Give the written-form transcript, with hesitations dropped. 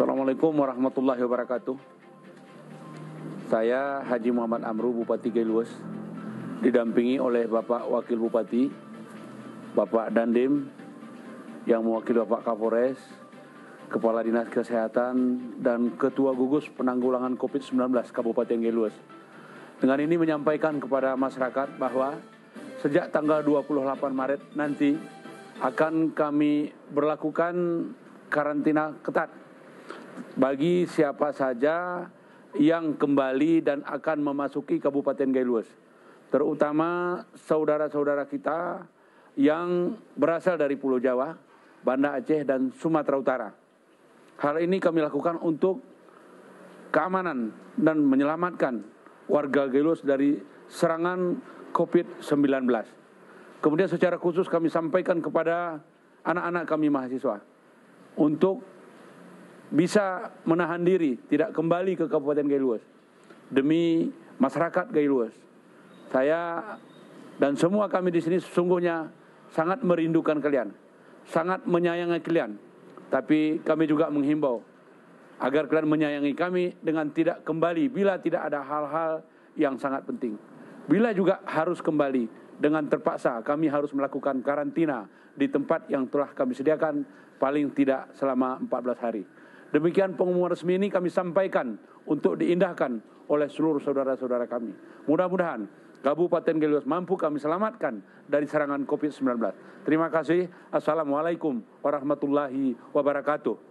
Assalamualaikum warahmatullahi wabarakatuh. Saya Haji Muhammad Amru, Bupati Gailues, didampingi oleh Bapak Wakil Bupati, Bapak Dandim, yang mewakili Bapak Kapolres, Kepala Dinas Kesehatan, dan Ketua Gugus Penanggulangan COVID-19 Kabupaten Gailues. Dengan ini menyampaikan kepada masyarakat bahwa sejak tanggal 28 Maret nanti akan kami berlakukan karantina ketat bagi siapa saja yang kembali dan akan memasuki Kabupaten Gailues, terutama saudara-saudara kita yang berasal dari Pulau Jawa, Banda Aceh, dan Sumatera Utara. Hal ini kami lakukan untuk keamanan dan menyelamatkan warga Gailues dari serangan COVID-19. Kemudian secara khusus kami sampaikan kepada anak-anak kami mahasiswa untuk bisa menahan diri, tidak kembali ke Kabupaten Gailues demi masyarakat Gailues. Saya dan semua kami di sini sesungguhnya sangat merindukan kalian, sangat menyayangi kalian. Tapi kami juga menghimbau agar kalian menyayangi kami dengan tidak kembali bila tidak ada hal-hal yang sangat penting. Bila juga harus kembali dengan terpaksa, kami harus melakukan karantina di tempat yang telah kami sediakan paling tidak selama 14 hari. Demikian pengumuman resmi ini kami sampaikan untuk diindahkan oleh seluruh saudara-saudara kami. Mudah-mudahan Kabupaten Gailues mampu kami selamatkan dari serangan COVID-19. Terima kasih. Assalamualaikum warahmatullahi wabarakatuh.